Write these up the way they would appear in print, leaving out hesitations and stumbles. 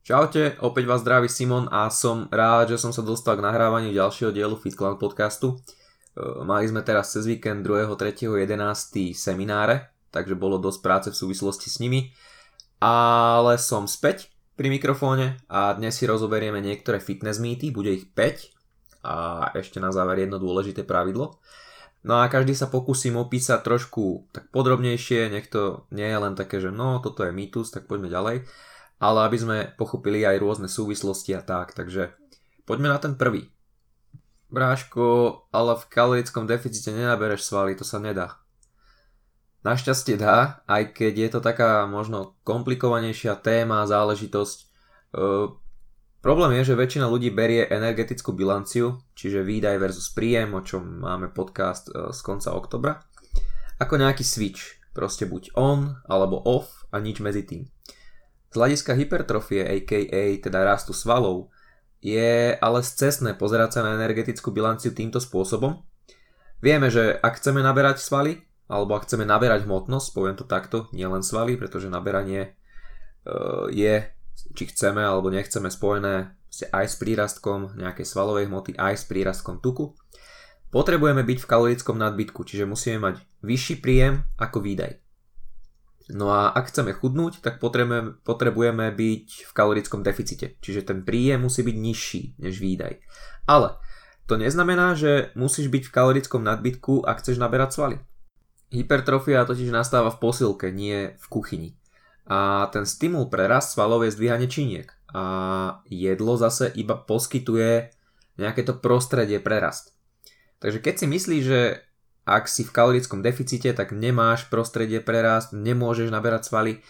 Čaute, opäť vás zdraví Simon a som rád, že som sa dostal k nahrávaniu ďalšieho dielu FitClan podcastu. Mali sme teraz cez víkend 2., 3., 11. semináre, takže bolo dosť práce v súvislosti s nimi. Ale som späť pri mikrofóne a dnes si rozoberieme niektoré fitness mýty, bude ich 5 a ešte na záver jedno dôležité pravidlo. No a každý sa pokúsim opísať trošku tak podrobnejšie, nech to nie je len také, že no toto je mýtus, tak poďme ďalej. Ale aby sme pochopili aj rôzne súvislosti a tak, takže poďme na ten prvý. Bráško, ale v kalorickom deficite nenabereš svaly, to sa nedá. Našťastie dá, aj keď je to taká možno komplikovanejšia téma, záležitosť. Problém je, že väčšina ľudí berie energetickú bilanciu, čiže výdaj versus príjem, o čom máme podcast z konca oktobra, ako nejaký switch, proste buď on alebo off a nič medzi tým. Z hľadiska hypertrofie, a.k.a. teda rastu svalov, je ale scestné pozerať sa na energetickú bilanciu týmto spôsobom. Vieme, že ak chceme naberať svaly, alebo ak chceme naberať hmotnosť, poviem to takto, nie len svaly, pretože naberanie je, či chceme alebo nechceme, spojené aj s prírastkom nejakej svalovej hmoty, aj s prírastkom tuku. Potrebujeme byť v kalorickom nadbytku, čiže musíme mať vyšší príjem ako výdaj. No a ak chceme chudnúť, tak potrebujeme byť v kalorickom deficite, čiže ten príjem musí byť nižší než výdaj. Ale to neznamená, že musíš byť v kalorickom nadbytku, ak chceš naberať svaly. Hypertrofia totiž nastáva v posilke, nie v kuchyni. A ten stimul pre rast svalov je zdvíhanie činiek. A jedlo zase iba poskytuje nejaké to prostredie pre rast. Takže keď si myslíš, že ak si v kalorickom deficite, tak nemáš prostredie pre rast, nemôžeš naberať svaly,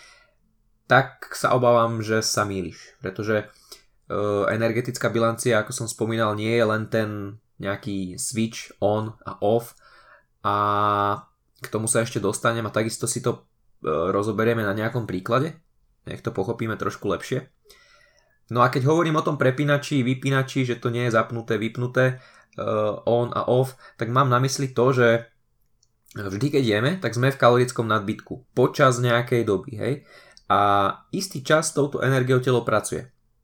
tak sa obávam, že sa mýliš. Pretože energetická bilancia, ako som spomínal, nie je len ten nejaký switch on a off. A k tomu sa ešte dostanem a takisto si to rozoberieme na nejakom príklade. Nech to pochopíme trošku lepšie. No a keď hovorím o tom prepínači, vypínači, že to nie je zapnuté, vypnuté, on a off, tak mám na mysli to, že vždy keď jeme, tak sme v kalorickom nadbytku počas nejakej doby, hej? A istý čas s touto energiou telo pracuje.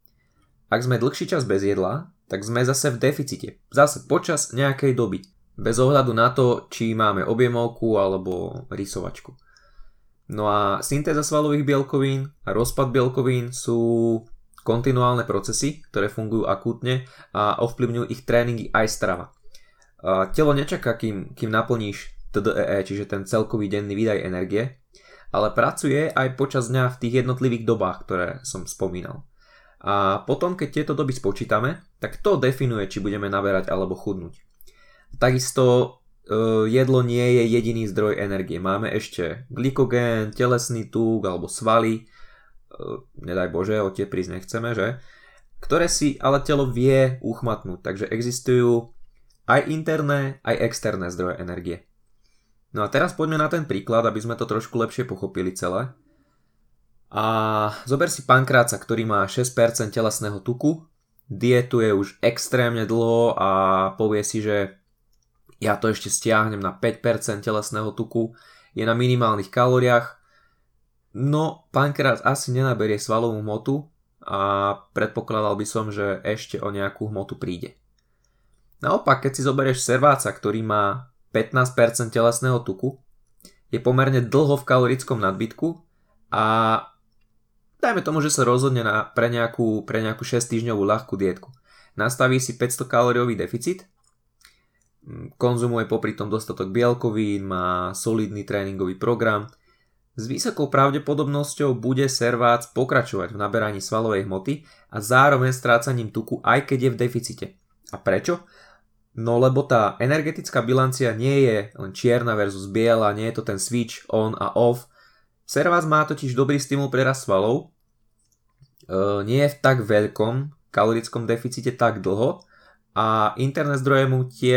Ak sme dlhší čas bez jedla, tak sme zase v deficite, zase počas nejakej doby, bez ohľadu na to, či máme objemovku alebo rysovačku. No a syntéza svalových bielkovín a rozpad bielkovín sú kontinuálne procesy, ktoré fungujú akútne a ovplyvňujú ich tréningy aj strava. Telo nečaká, kým naplníš TDEE, čiže ten celkový denný výdaj energie, ale pracuje aj počas dňa v tých jednotlivých dobách, ktoré som spomínal. A potom, keď tieto doby spočítame, tak to definuje, či budeme naberať alebo chudnúť. Takisto jedlo nie je jediný zdroj energie. Máme ešte glykogén, telesný tuk alebo svaly, nedaj Bože, o tie prísť nechceme, že? Ktoré si ale telo vie uchmatnúť, takže existujú aj interné, aj externé zdroje energie. No a teraz poďme na ten príklad, aby sme to trošku lepšie pochopili celé. A zober si pankráca, ktorý má 6% telesného tuku, dietuje už extrémne dlho a povie si, že ja to ešte stiahnem na 5% telesného tuku, je na minimálnych kalóriách. No, pankrát asi nenaberie svalovú hmotu a predpokladal by som, že ešte o nejakú hmotu príde. Naopak, keď si zoberieš serváca, ktorý má 15% telesného tuku, je pomerne dlho v kalorickom nadbytku a dajme tomu, že sa rozhodne pre nejakú 6-týždňovú ľahkú dietku. Nastaví si 500 kalóriový deficit, konzumuje popri tom dostatok bielkovín, má solidný tréningový program. S vysokou pravdepodobnosťou bude servác pokračovať v naberaní svalovej hmoty a zároveň strácaním tuku, aj keď je v deficite. A prečo? No lebo tá energetická bilancia nie je len čierna versus biela, nie je to ten switch on a off. Servác má totiž dobrý stimul pre rast svalov, nie je v tak veľkom kalorickom deficite tak dlho a interné zdroje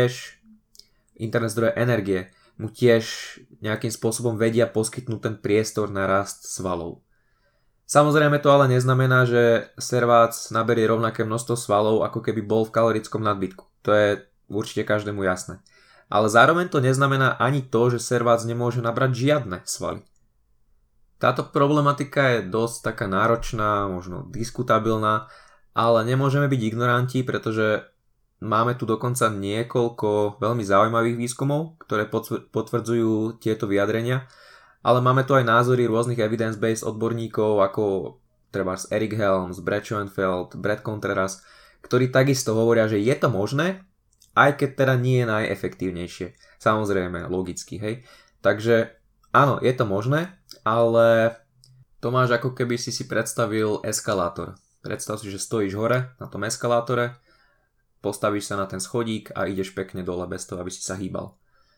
energie mu tiež nejakým spôsobom vedia poskytnúť ten priestor na rast svalov. Samozrejme to ale neznamená, že servác naberie rovnaké množstvo svalov, ako keby bol v kalorickom nadbytku. To je určite každému jasné. Ale zároveň to neznamená ani to, že servác nemôže nabrať žiadne svaly. Táto problematika je dosť taká náročná, možno diskutabilná, ale nemôžeme byť ignoranti, pretože máme tu dokonca niekoľko veľmi zaujímavých výskumov, ktoré potvrdzujú tieto vyjadrenia, ale máme tu aj názory rôznych evidence-based odborníkov ako trebárs Eric Helms, Brad Schoenfeld, Brad Contreras, ktorí takisto hovoria, že je to možné, aj keď teda nie je najefektívnejšie. Samozrejme, logicky, hej. Takže áno, je to možné, ale to máš ako keby si predstavil eskalátor. Predstav si, že stojíš hore na tom eskalátore, postavíš sa na ten schodík a ideš pekne dole bez toho, aby si sa hýbal.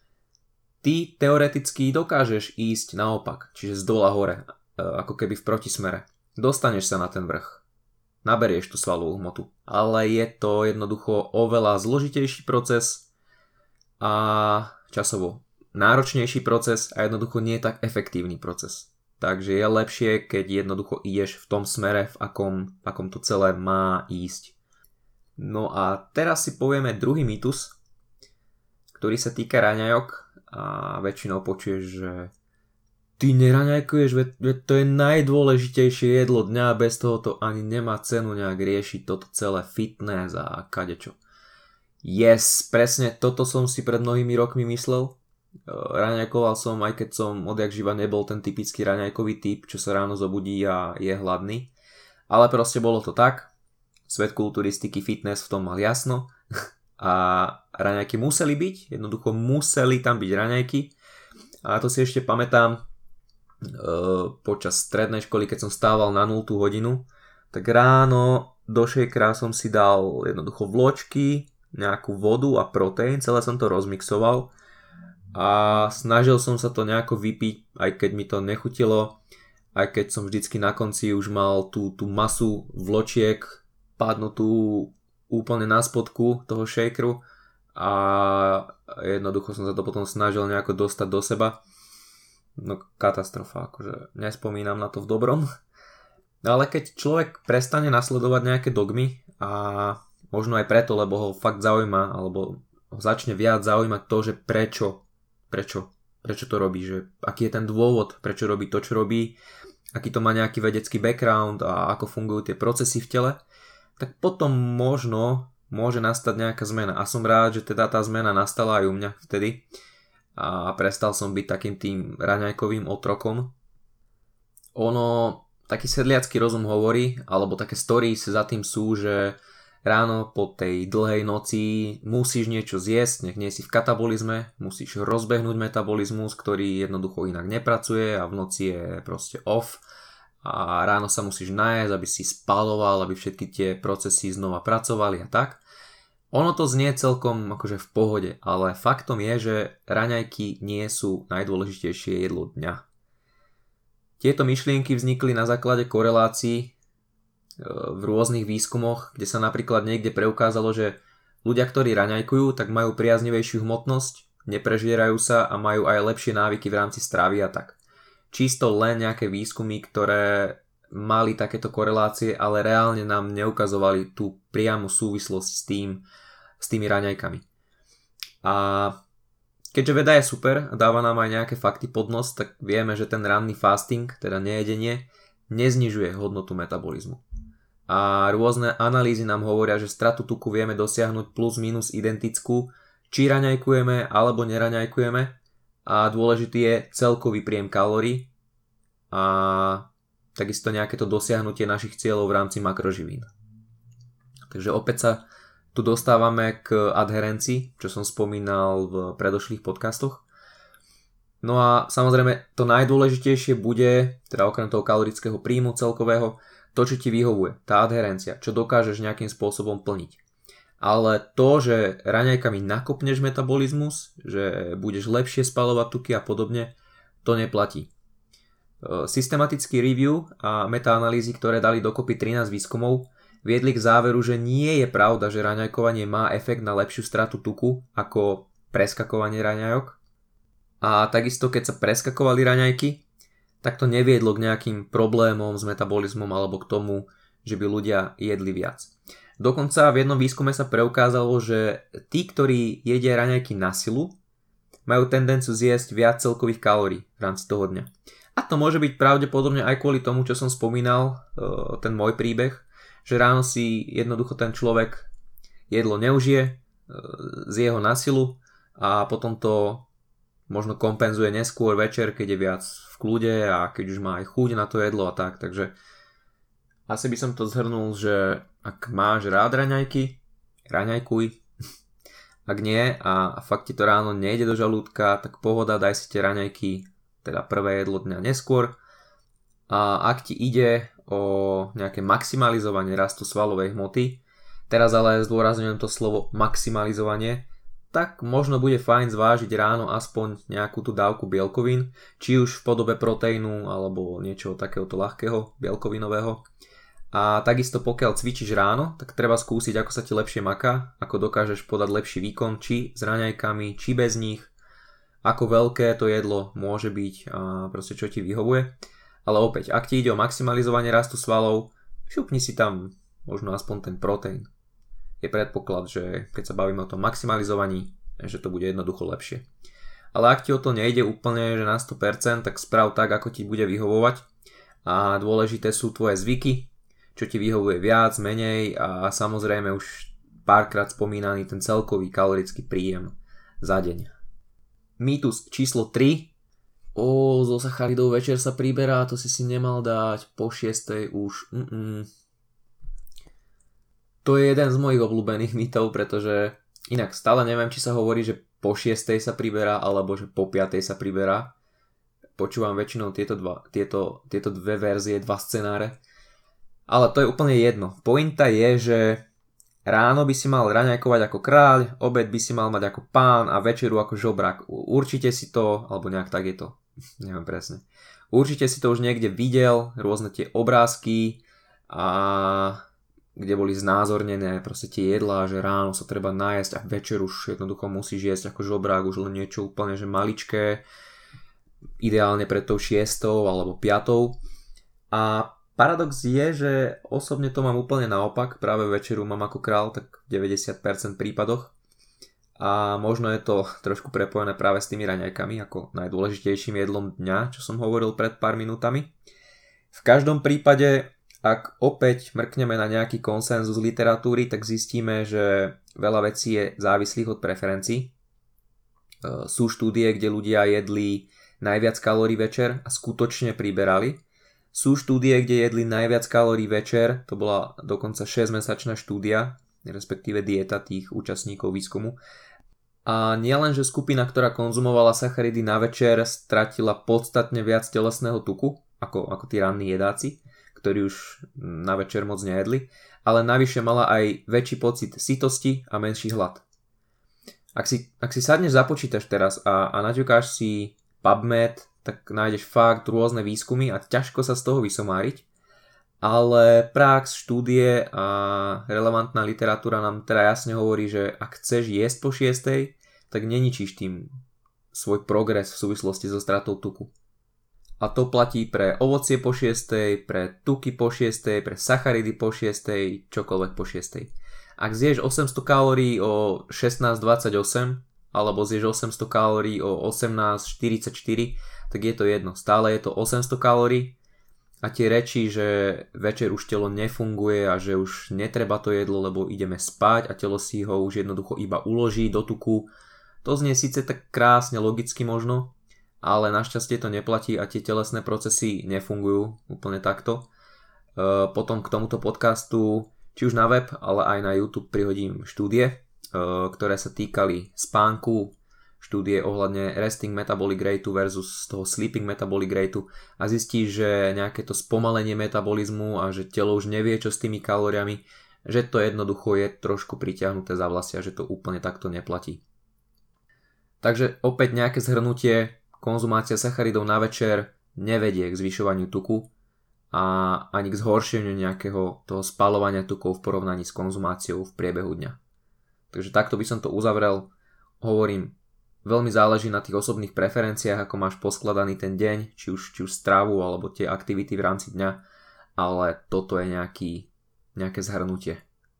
Ty teoreticky dokážeš ísť naopak, čiže z dola hore, ako keby v protismere. Dostaneš sa na ten vrch. Naberieš tú svalovú hmotu. Ale je to jednoducho oveľa zložitejší proces a časovo náročnejší proces a jednoducho nie je tak efektívny proces. Takže je lepšie, keď jednoducho ideš v tom smere, v akom to celé má ísť. No a teraz si povieme druhý mýtus, ktorý sa týka raňajok a väčšinou počuješ, že ty neraňajkuješ, veď to je najdôležitejšie jedlo dňa, bez toho to ani nemá cenu nejak riešiť toto celé fitness a kadečo. Yes, presne toto som si pred mnohými rokmi myslel. Raňajkoval som, aj keď som odjak živa nebol ten typický raňajkový typ, čo sa ráno zobudí a je hladný. Ale proste bolo to tak. Svet kulturistiky, fitness v tom mal jasno. A raňajky museli byť, jednoducho museli tam byť raňajky. A to si ešte pamätám počas strednej školy, keď som stával na 0. hodinu, tak ráno do shakera som si dal jednoducho vločky, nejakú vodu a proteín, celé som to rozmixoval a snažil som sa to nejako vypiť, aj keď mi to nechutilo, aj keď som vždycky na konci už mal tú masu vločiek padnutú úplne na spodku toho shakeru a jednoducho som sa to potom snažil nejako dostať do seba. No katastrofa, akože nespomínam na to v dobrom. Ale keď človek prestane nasledovať nejaké dogmy a možno aj preto, lebo ho fakt zaujíma, alebo ho začne viac zaujímať to, že prečo to robí, že aký je ten dôvod, prečo robí to, čo robí, aký to má nejaký vedecký background a ako fungujú tie procesy v tele, tak potom možno môže nastať nejaká zmena. A som rád, že teda tá zmena nastala aj u mňa vtedy a prestal som byť takým tým raňajkovým otrokom. Taký sedliacky rozum hovorí, alebo také stories za tým sú, že ráno po tej dlhej noci musíš niečo zjesť, nech nie si v katabolizme, musíš rozbehnúť metabolizmus, ktorý jednoducho inak nepracuje a v noci je proste off a ráno sa musíš najesť, aby si spaloval, aby všetky tie procesy znova pracovali a tak. Ono to znie celkom akože v pohode, ale faktom je, že raňajky nie sú najdôležitejšie jedlo dňa. Tieto myšlienky vznikli na základe korelácií v rôznych výskumoch, kde sa napríklad niekde preukázalo, že ľudia, ktorí raňajkujú, tak majú priaznivejšiu hmotnosť, neprežierajú sa a majú aj lepšie návyky v rámci stravy a tak. Čisto len nejaké výskumy, ktoré mali takéto korelácie, ale reálne nám neukazovali tú priamu súvislosť s tými raňajkami. A keďže veda je super a dáva nám aj nejaké fakty pod nos, tak vieme, že ten ranný fasting, teda nejedenie, neznižuje hodnotu metabolizmu. A rôzne analýzy nám hovoria, že stratu tuku vieme dosiahnuť plus minus identickú, či raňajkujeme alebo neraňajkujeme. A dôležitý je celkový príjem kalórií a takisto nejaké to dosiahnutie našich cieľov v rámci makroživín. Takže opäť sa tu dostávame k adherencii, čo som spomínal v predošlých podcastoch. No a samozrejme to najdôležitejšie bude, teda okrem toho kalorického príjmu celkového, to, čo ti vyhovuje, tá adherencia, čo dokážeš nejakým spôsobom plniť. Ale to, že raňajkami nakopneš metabolizmus, že budeš lepšie spaľovať tuky a podobne, to neplatí. Systematický review a metaanalýzy, ktoré dali dokopy 13 výskumov, viedli k záveru, že nie je pravda, že raňajkovanie má efekt na lepšiu stratu tuku ako preskakovanie raňajok. A takisto, keď sa preskakovali raňajky, tak to neviedlo k nejakým problémom s metabolizmom alebo k tomu, že by ľudia jedli viac. Dokonca v jednom výskume sa preukázalo, že tí, ktorí jedia raňajky na silu, majú tendenciu zjesť viac celkových kalórií v rámci toho dňa. A to môže byť pravdepodobne aj kvôli tomu, čo som spomínal, ten môj príbeh, že ráno si jednoducho ten človek jedlo neužije, zje ho na silu a potom to možno kompenzuje neskôr večer, keď je viac v kľude a keď už má aj chuť na to jedlo a tak. Takže asi by som to zhrnul, že ak máš rád raňajky, raňajkuj. Ak nie a fakt ti to ráno nejde do žalúdka, tak pohoda, daj si tie raňajky, teda prvé jedlo dňa neskôr. A ak ti ide o nejaké maximalizovanie rastu svalovej hmoty, teraz ale zdôrazňujem to slovo maximalizovanie, tak možno bude fajn zvážiť ráno aspoň nejakú tú dávku bielkovín, či už v podobe proteínu alebo niečoho takéhoto ľahkého bielkovinového. A takisto pokiaľ cvičíš ráno, tak treba skúsiť, ako sa ti lepšie maká, ako dokážeš podať lepší výkon, či s raňajkami, či bez nich, ako veľké to jedlo môže byť a proste čo ti vyhovuje. Ale opäť, ak ti ide o maximalizovanie rastu svalov, šupni si tam možno aspoň ten proteín. Je predpoklad, že keď sa bavíme o tom maximalizovaní, že to bude jednoducho lepšie. Ale ak ti o to nejde úplne, že na 100%, tak sprav tak, ako ti bude vyhovovať. A dôležité sú tvoje zvyky, čo ti vyhovuje viac, menej a samozrejme už párkrát spomínaný ten celkový kalorický príjem za deň. Mýtus číslo 3. Zo sacharidov večer sa priberá, to si nemal dať, po 6 už. To je jeden z mojich obľúbených mýtov, pretože inak stále neviem, či sa hovorí, že po 6 sa priberá, alebo že po 5 sa priberá. Počúvam väčšinou tieto dve verzie, dva scenáre. Ale to je úplne jedno. Pointa je, že ráno by si mal raňajkovať ako kráľ, obed by si mal mať ako pán a večeru ako žobrák. Určite si to, alebo nejak tak je to, neviem presne. Určite si to už niekde videl, rôzne tie obrázky a kde boli znázornené proste tie jedlá, že ráno sa treba najesť a večer už jednoducho musíš jesť ako žobrák, už len niečo úplne že maličké, ideálne pred tou 6 alebo 5. A paradox je, že osobne to mám úplne naopak, práve večeru mám ako král, tak v 90% prípadoch a možno je to trošku prepojené práve s tými raňajkami ako najdôležitejším jedlom dňa, čo som hovoril pred pár minútami. V každom prípade, ak opäť mrkneme na nejaký konsenzus literatúry, tak zistíme, že veľa vecí je závislých od preferencií. Sú štúdie, kde ľudia jedli najviac kalórií večer a skutočne priberali. Sú štúdie, kde jedli najviac kalórií večer, to bola dokonca 6-mesačná štúdia, respektíve dieta tých účastníkov výskumu. A nielen, že skupina, ktorá konzumovala sacharidy na večer, stratila podstatne viac telesného tuku, ako tí ranní jedáci, ktorí už na večer moc nejedli, ale navyše mala aj väčší pocit sytosti a menší hlad. Ak si sadneš započítaš teraz a naťukáš si PubMed, tak nájdeš fakt rôzne výskumy a ťažko sa z toho vysomáriť, ale prax, štúdie a relevantná literatúra nám teda jasne hovorí, že ak chceš jesť po 6, tak neničíš tým svoj progres v súvislosti so stratou tuku. A to platí pre ovocie po 6, pre tuky po 6, pre sacharidy po 6, čokoľvek po 6. Ak zješ 800 kalórií o 16:28 alebo zješ 800 kalórií o 18:44, tak je to jedno. Stále je to 800 kalórií a tie reči, že večer už telo nefunguje a že už netreba to jedlo, lebo ideme spať a telo si ho už jednoducho iba uloží do tuku, to znie síce tak krásne, logicky možno, ale našťastie to neplatí a tie telesné procesy nefungujú úplne takto. Potom k tomuto podcastu, či už na web, ale aj na YouTube prihodím štúdie, ktoré sa týkali spánku, štúdie ohľadne resting metabolic rate versus toho sleeping metabolic rate a zistíš, že nejaké to spomalenie metabolizmu a že telo už nevie čo s tými kalóriami, že to jednoducho je trošku pritiahnuté za vlasy a že to úplne takto neplatí. Takže opäť nejaké zhrnutie, konzumácia sacharidov na večer nevedie k zvyšovaniu tuku a ani k zhoršeniu nejakého toho spaľovania tukov v porovnaní s konzumáciou v priebehu dňa. Takže takto by som to uzavrel. Hovorím, veľmi záleží na tých osobných preferenciách, ako máš poskladaný ten deň, či už stravu alebo tie aktivity v rámci dňa, ale toto je nejaké zhrnutie.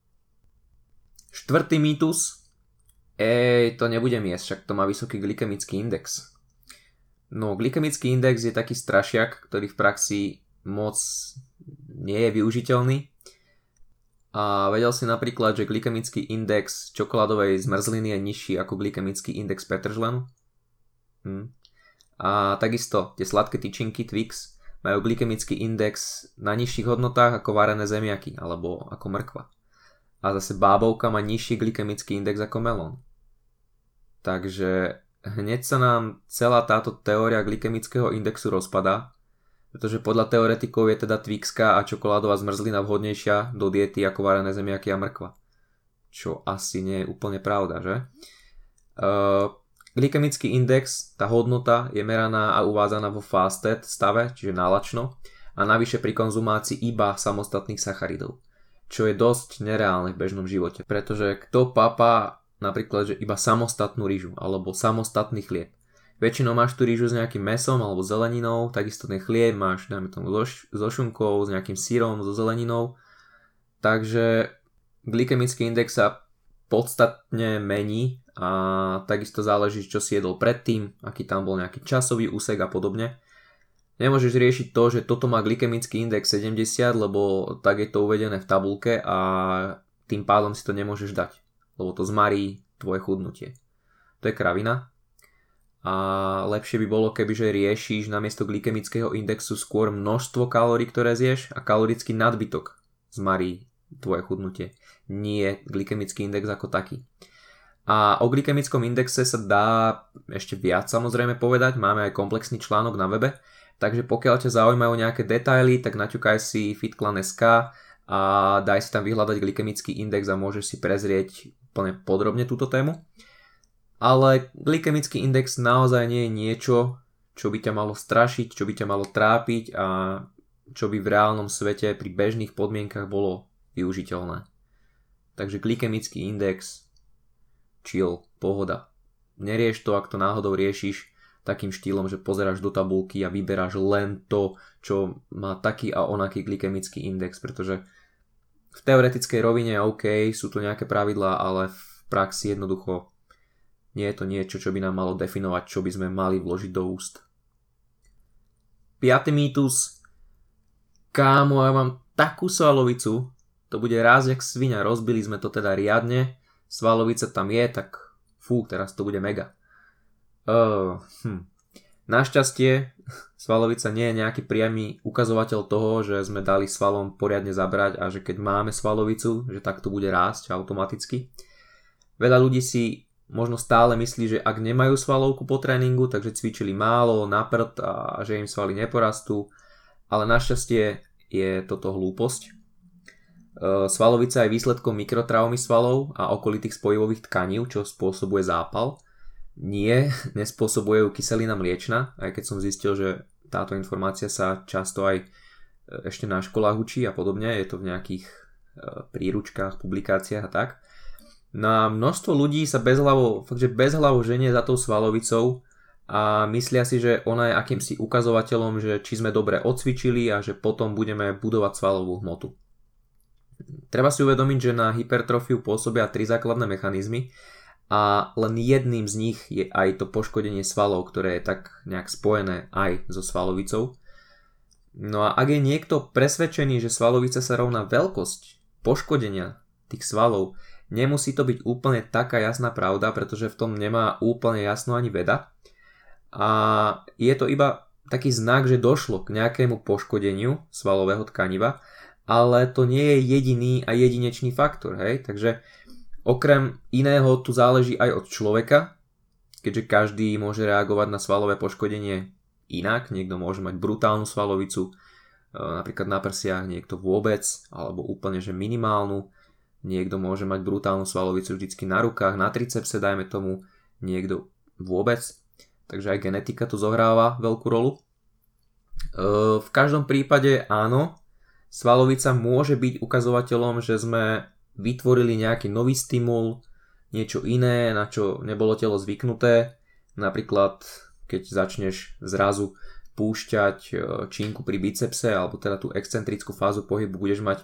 4. mýtus. To nebudem jesť, však to má vysoký glykemický index. No, glykemický index je taký strašiak, ktorý v praxi moc nie je využiteľný. A vedel si napríklad, že glykemický index čokoládovej zmrzliny je nižší ako glykemický index petržlenu? A takisto tie sladké tyčinky Twix majú glykemický index na nižších hodnotách ako varené zemiaky alebo ako mrkva. A zase bábovka má nižší glykemický index ako melón. Takže hneď sa nám celá táto teória glykemického indexu rozpadá, pretože podľa teoretikov je teda Twixka a čokoládová zmrzlina vhodnejšia do diety ako varené zemiaky a mrkva. Čo asi nie je úplne pravda, že? Glykemický index, tá hodnota je meraná a uvádzaná vo fasted stave, čiže nálačno, a navyše pri konzumácii iba samostatných sacharidov, čo je dosť nereálne v bežnom živote, pretože kto papá napríklad, že iba samostatnú rýžu alebo samostatný chlieb. Väčšinou máš tú rýžu s nejakým mesom alebo zeleninou, takisto ten chlieb máš, dajme tomu, so šunkou, s nejakým syrom, so zeleninou. Takže glykemický index sa podstatne mení a takisto záleží, čo si jedol predtým, aký tam bol nejaký časový úsek a podobne. Nemôžeš riešiť to, že toto má glykemický index 70, lebo tak je to uvedené v tabuľke a tým pádom si to nemôžeš dať, lebo to zmarí tvoje chudnutie. To je kravina. A lepšie by bolo, kebyže riešiš namiesto glykemického indexu skôr množstvo kalórií, ktoré zješ, a kalorický nadbytok zmarí tvoje chudnutie, nie glykemický index ako taký. A o glykemickom indexe sa dá ešte viac samozrejme povedať, máme aj komplexný článok na webe, takže pokiaľ ťa zaujímajú nejaké detaily, tak naťukaj si FitClan.sk a daj si tam vyhľadať glykemický index a môžeš si prezrieť úplne podrobne túto tému. Ale glykemický index naozaj nie je niečo, čo by ťa malo strašiť, čo by ťa malo trápiť a čo by v reálnom svete pri bežných podmienkach bolo využiteľné. Takže glykemický index, chill, pohoda. Nerieš to, ak to náhodou riešiš takým štýlom, že pozeráš do tabulky a vyberáš len to, čo má taký a onaký glykemický index, pretože v teoretickej rovine OK, sú tu nejaké pravidlá, ale v praxi jednoducho nie je to niečo, čo by nám malo definovať, čo by sme mali vložiť do úst. 5. mýtus. Kámo, ja mám takú svalovicu, to bude ráz jak sviňa, rozbili sme to teda riadne, svalovica tam je, tak teraz to bude mega. Našťastie svalovica nie je nejaký priamy ukazovateľ toho, že sme dali svalom poriadne zabrať a že keď máme svalovicu, že tak to bude rásť automaticky. Veľa ľudí si možno stále myslí, že ak nemajú svalovku po tréningu, takže cvičili málo, na prd a že im svaly neporastú, ale našťastie je toto hlúposť. Svalovica je výsledkom mikrotraumy svalov a okolitých spojivových tkanív, čo spôsobuje zápal. Nie, nespôsobuje ju kyselina mliečna, aj keď som zistil, že táto informácia sa často aj ešte na školách učí a podobne, je to v nejakých príručkách, publikáciách a tak. Na množstvo ľudí sa bezhlavo ženie za tou svalovicou a myslia si, že ona je akýmsi ukazovateľom, že či sme dobre odcvičili a že potom budeme budovať svalovú hmotu. Treba si uvedomiť, že na hypertrofiu pôsobia 3 základné mechanizmy a len jedným z nich je aj to poškodenie svalov, ktoré je tak nejak spojené aj so svalovicou. No a ak je niekto presvedčený, že svalovica sa rovná veľkosť poškodenia tých svalov, nemusí to byť úplne taká jasná pravda, pretože v tom nemá úplne jasno ani veda. A je to iba taký znak, že došlo k nejakému poškodeniu svalového tkaniva, ale to nie je jediný a jedinečný faktor, hej? Takže okrem iného tu záleží aj od človeka, keďže každý môže reagovať na svalové poškodenie inak. Niekto môže mať brutálnu svalovicu, napríklad na prsiach, niekto vôbec, alebo úplne že minimálnu. Niekto môže mať brutálnu svalovicu vždycky na rukách, na tricepse, dajme tomu, niekto vôbec. Takže aj genetika tu zohráva veľkú rolu. V každom prípade áno, svalovica môže byť ukazovateľom, že sme vytvorili nejaký nový stimul, niečo iné, na čo nebolo telo zvyknuté. Napríklad, keď začneš zrazu púšťať činku pri bicepse, alebo teda tú excentrickú fázu pohybu budeš mať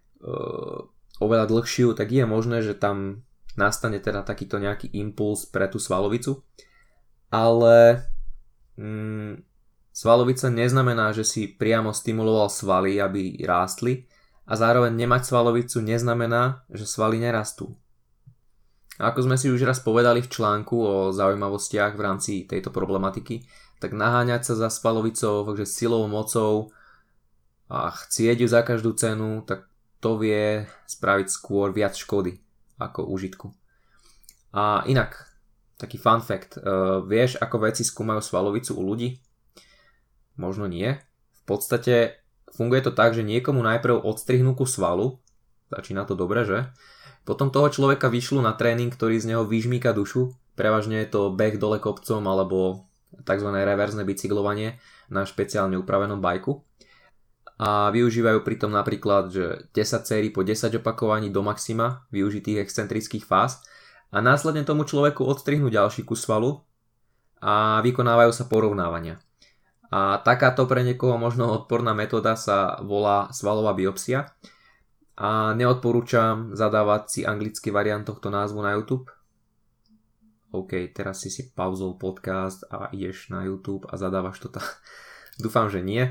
oveľa dlhšiu, tak je možné, že tam nastane teda takýto nejaký impuls pre tú svalovicu. Ale Svalovica neznamená, že si priamo stimuloval svaly, aby rástli, a zároveň nemať svalovicu neznamená, že svaly nerastú. A ako sme si už raz povedali v článku o zaujímavostiach v rámci tejto problematiky, tak naháňať sa za svalovicou takže silou, mocou a chcieť ju za každú cenu, tak to vie spraviť skôr viac škody ako užitku. A inak, taký fun fact, vieš ako vedci skúmajú svalovicu u ľudí? Možno nie. V podstate funguje to tak, že niekomu najprv odstrihnú kus svalu, začína to dobre, že? Potom toho človeka vyšľú na tréning, ktorý z neho vyžmýka dušu, prevažne je to beh dole kopcom alebo tzv. Reverzné bicyklovanie na špeciálne upravenom bajku. A využívajú pritom napríklad, že 10 sérií po 10 opakovaní do maxima využitých excentrických fáz a následne tomu človeku odstrihnú ďalší kus svalu a vykonávajú sa porovnávania. A takáto pre niekoho možno odporná metóda sa volá svalová biopsia a neodporúčam zadávať si anglický variant tohto názvu na YouTube. OK, teraz si pauzol podcast a ideš na YouTube a zadávaš to tam. Dúfam, že nie.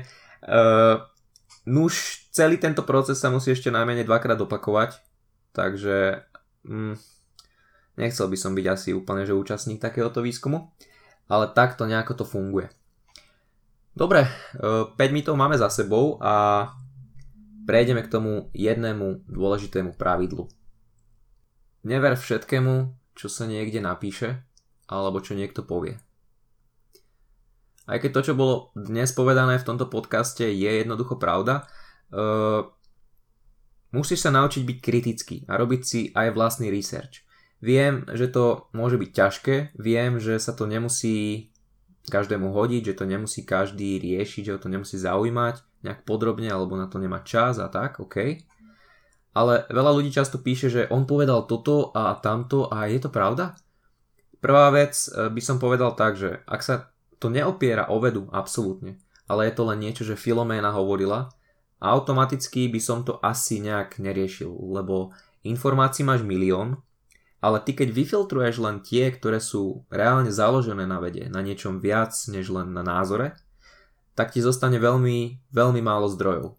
Nuž, celý tento proces sa musí ešte najmenej 2-krát opakovať, takže nechcel by som byť asi úplne že účastník takéhoto výskumu, ale takto nejako to funguje. Dobre, 5 minút máme za sebou a prejdeme k tomu jednému dôležitému pravidlu. Never všetkému, čo sa niekde napíše, alebo čo niekto povie. Aj keď to, čo bolo dnes povedané v tomto podcaste, je jednoducho pravda, musíš sa naučiť byť kritický a robiť si aj vlastný research. Viem, že to môže byť ťažké, viem, že sa to nemusí každému hodiť, že to nemusí každý riešiť, že ho to nemusí zaujímať nejak podrobne, alebo na to nemá čas a tak, OK. Ale veľa ľudí často píše, že on povedal toto a tamto a je to pravda? Prvá vec by som povedal tak, že ak sa to neopiera o vedu, absolútne, ale je to len niečo, že Filoména hovorila, automaticky by som to asi nejak neriešil, lebo informácií máš milión, ale ty keď vyfiltruješ len tie, ktoré sú reálne založené na vede, na niečom viac než len na názore, tak ti zostane veľmi, veľmi málo zdrojov.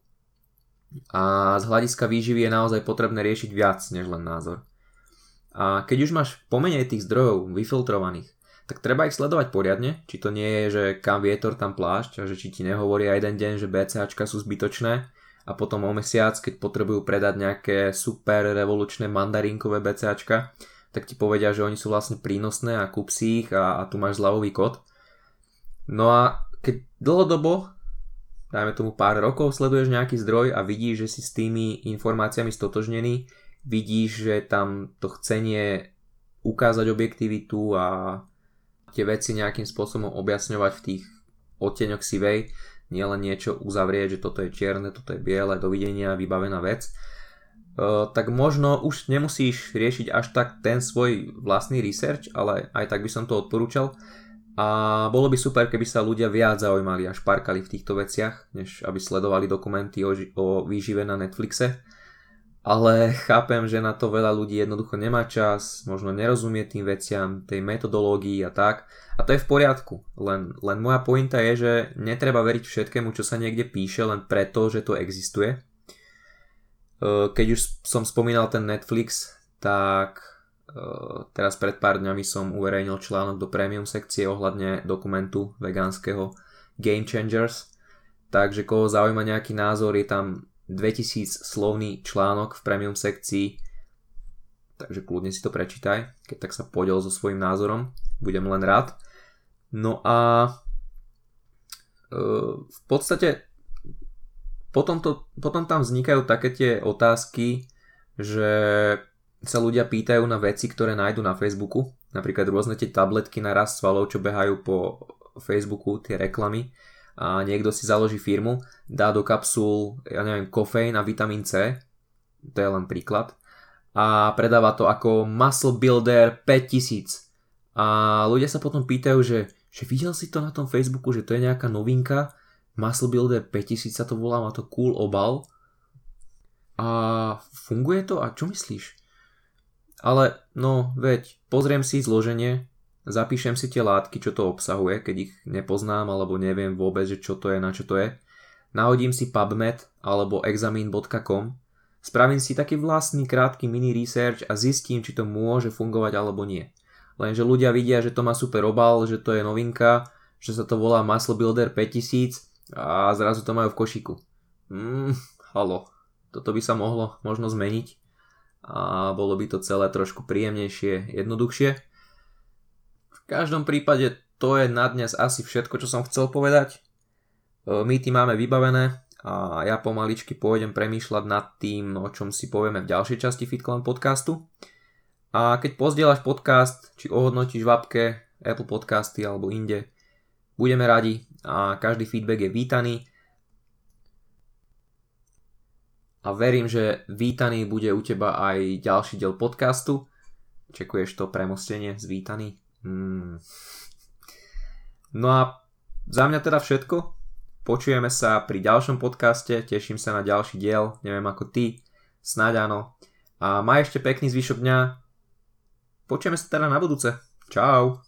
A z hľadiska výživy je naozaj potrebné riešiť viac než len názor. A keď už máš pomenej tých zdrojov vyfiltrovaných, tak treba ich sledovať poriadne, či to nie je, že kam vietor, tam plášť, a že či ti nehovoria jeden deň, že BCAčka sú zbytočné a potom o mesiac, keď potrebujú predať nejaké super revolučné mandarinkové BCAčka, tak ti povedia, že oni sú vlastne prínosné a kúp si ich a tu máš zľavový kód. No a keď dlhodobo, dajme tomu pár rokov, sleduješ nejaký zdroj a vidíš, že si s tými informáciami stotožnený, vidíš, že tam to chcenie ukázať objektivitu a tie veci nejakým spôsobom objasňovať v tých odtieňoch sivej, nielen niečo uzavrieť, že toto je čierne, toto je biele, dovidenia, vybavená vec, tak možno už nemusíš riešiť až tak ten svoj vlastný research, ale aj tak by som to odporúčal. A bolo by super, keby sa ľudia viac zaujímali a šparkali v týchto veciach, než aby sledovali dokumenty o výžive na Netflixe. Ale chápem, že na to veľa ľudí jednoducho nemá čas, možno nerozumie tým veciam, tej metodológii a tak. A to je v poriadku. Len moja pointa je, že netreba veriť všetkému, čo sa niekde píše, len preto, že to existuje. Keď už som spomínal ten Netflix, tak teraz pred pár dňami som uverejnil článok do premium sekcie ohľadne dokumentu vegánskeho Game Changers. Takže koho zaujíma nejaký názor, je tam 2000 slovný článok v premium sekcii, takže kľudne si to prečítaj, keď tak sa podiel so svojím názorom, budem len rád. No a v podstate potom tam vznikajú také tie otázky, že sa ľudia pýtajú na veci, ktoré nájdu na Facebooku, napríklad rôzne tie tabletky na rast svalov, čo behajú po Facebooku, tie reklamy, a niekto si založí firmu, dá do kapsul, ja neviem, kofeín a vitamín C, to je len príklad, a predáva to ako Muscle Builder 5000. A ľudia sa potom pýtajú, že videl si to na tom Facebooku, že to je nejaká novinka, Muscle Builder 5000 sa to volá, má to cool obal. A funguje to? A čo myslíš? Ale no, veď, pozriem si zloženie, zapíšem si tie látky, čo to obsahuje, keď ich nepoznám alebo neviem vôbec, že čo to je, na čo to je. Nahodím si PubMed alebo examine.com, spravím si taký vlastný krátky mini research a zistím, či to môže fungovať alebo nie. Lenže ľudia vidia, že to má super obal, že to je novinka, že sa to volá Muscle Builder 5000 a zrazu to majú v košíku. Halo, toto by sa mohlo možno zmeniť a bolo by to celé trošku príjemnejšie, jednoduchšie. V každom prípade to je na dnes asi všetko, čo som chcel povedať. Mýty máme vybavené a ja pomaličky pôjdem premýšľať nad tým, o čom si povieme v ďalšej časti FitClan podcastu. A keď pozdieľaš podcast, či ohodnotíš v appke, Apple Podcasty alebo inde, budeme radi a každý feedback je vítaný. A verím, že vítaný bude u teba aj ďalší diel podcastu. Čekuješ to premostenie z vítaný? No a za mňa teda všetko. Počujeme sa pri ďalšom podcaste, teším sa na ďalší diel, neviem ako ty, snáď áno. A maj ešte pekný zvyšok dňa. Počujeme sa teda na budúce. Čau.